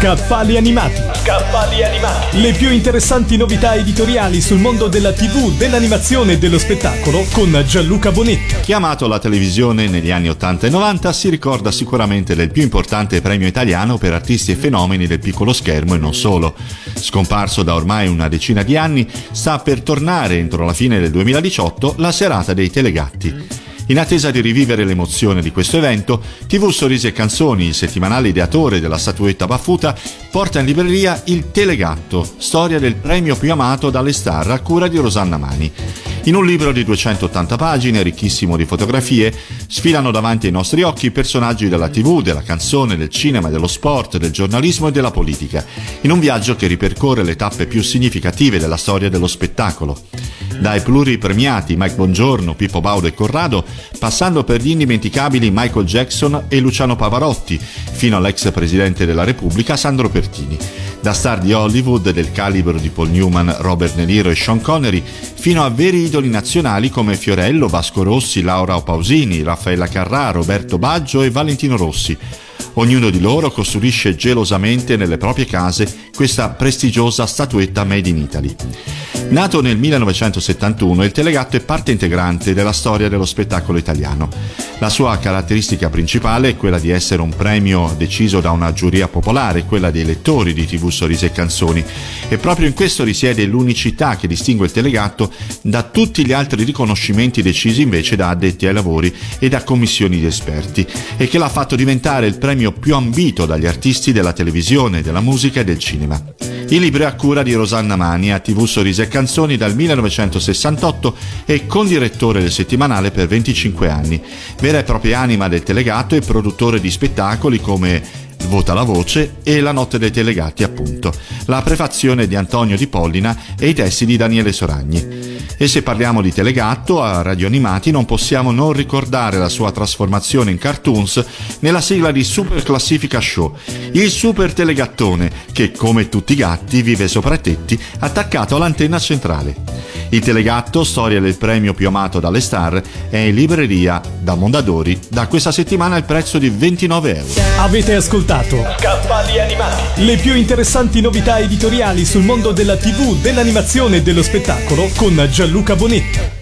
Scaffali animati. Scaffali animati. Le più interessanti novità editoriali sul mondo della TV, dell'animazione e dello spettacolo con Gianluca Bonetti. Chi ha amato la televisione negli anni 80 e 90 si ricorda sicuramente del più importante premio italiano per artisti e fenomeni del piccolo schermo e non solo. Scomparso da ormai una decina di anni, sta per tornare entro la fine del 2018 la serata dei Telegatti. In attesa di rivivere l'emozione di questo evento, TV Sorrisi e Canzoni, il settimanale ideatore della statuetta baffuta, porta in libreria Il Telegatto, storia del premio più amato dalle star a cura di Rosanna Mani. In un libro di 280 pagine, ricchissimo di fotografie, sfilano davanti ai nostri occhi personaggi della TV, della canzone, del cinema, dello sport, del giornalismo e della politica, in un viaggio che ripercorre le tappe più significative della storia dello spettacolo. Dai pluripremiati Mike Bongiorno, Pippo Baudo e Corrado, passando per gli indimenticabili Michael Jackson e Luciano Pavarotti, fino all'ex presidente della Repubblica Sandro Pertini. Da star di Hollywood del calibro di Paul Newman, Robert De Niro e Sean Connery, fino a veri idoli nazionali come Fiorello, Vasco Rossi, Laura Pausini, Raffaella Carrà, Roberto Baggio e Valentino Rossi. Ognuno di loro costruisce gelosamente nelle proprie case questa prestigiosa statuetta made in Italy. Nato nel 1971, il Telegatto è parte integrante della storia dello spettacolo italiano. La sua caratteristica principale è quella di essere un premio deciso da una giuria popolare, quella dei lettori di TV Sorrisi e Canzoni, e proprio in questo risiede l'unicità che distingue il Telegatto da tutti gli altri riconoscimenti decisi invece da addetti ai lavori e da commissioni di esperti, e che l'ha fatto diventare il premio più ambito dagli artisti della televisione, della musica e del cinema. Il libro è a cura di Rosanna Mani, a TV Sorrisi e Canzoni dal 1968 e condirettore del settimanale per 25 anni, vera e propria anima del Telegatto e produttore di spettacoli come Vota la voce e La notte dei Telegatti, appunto, la prefazione di Antonio Di Pollina e i testi di Daniele Soragni. E se parliamo di Telegatto a Radio Animati non possiamo non ricordare la sua trasformazione in cartoons nella sigla di Super Classifica Show, il Super Telegattone che, come tutti i gatti, vive sopra i tetti attaccato all'antenna centrale. Il Telegatto, storia del premio più amato dalle star, è in libreria da Mondadori da questa settimana al prezzo di €29. Avete ascoltato Scaffali animati. le più interessanti novità editoriali sul mondo della TV, dell'animazione e dello spettacolo con Gianluca Bonetti.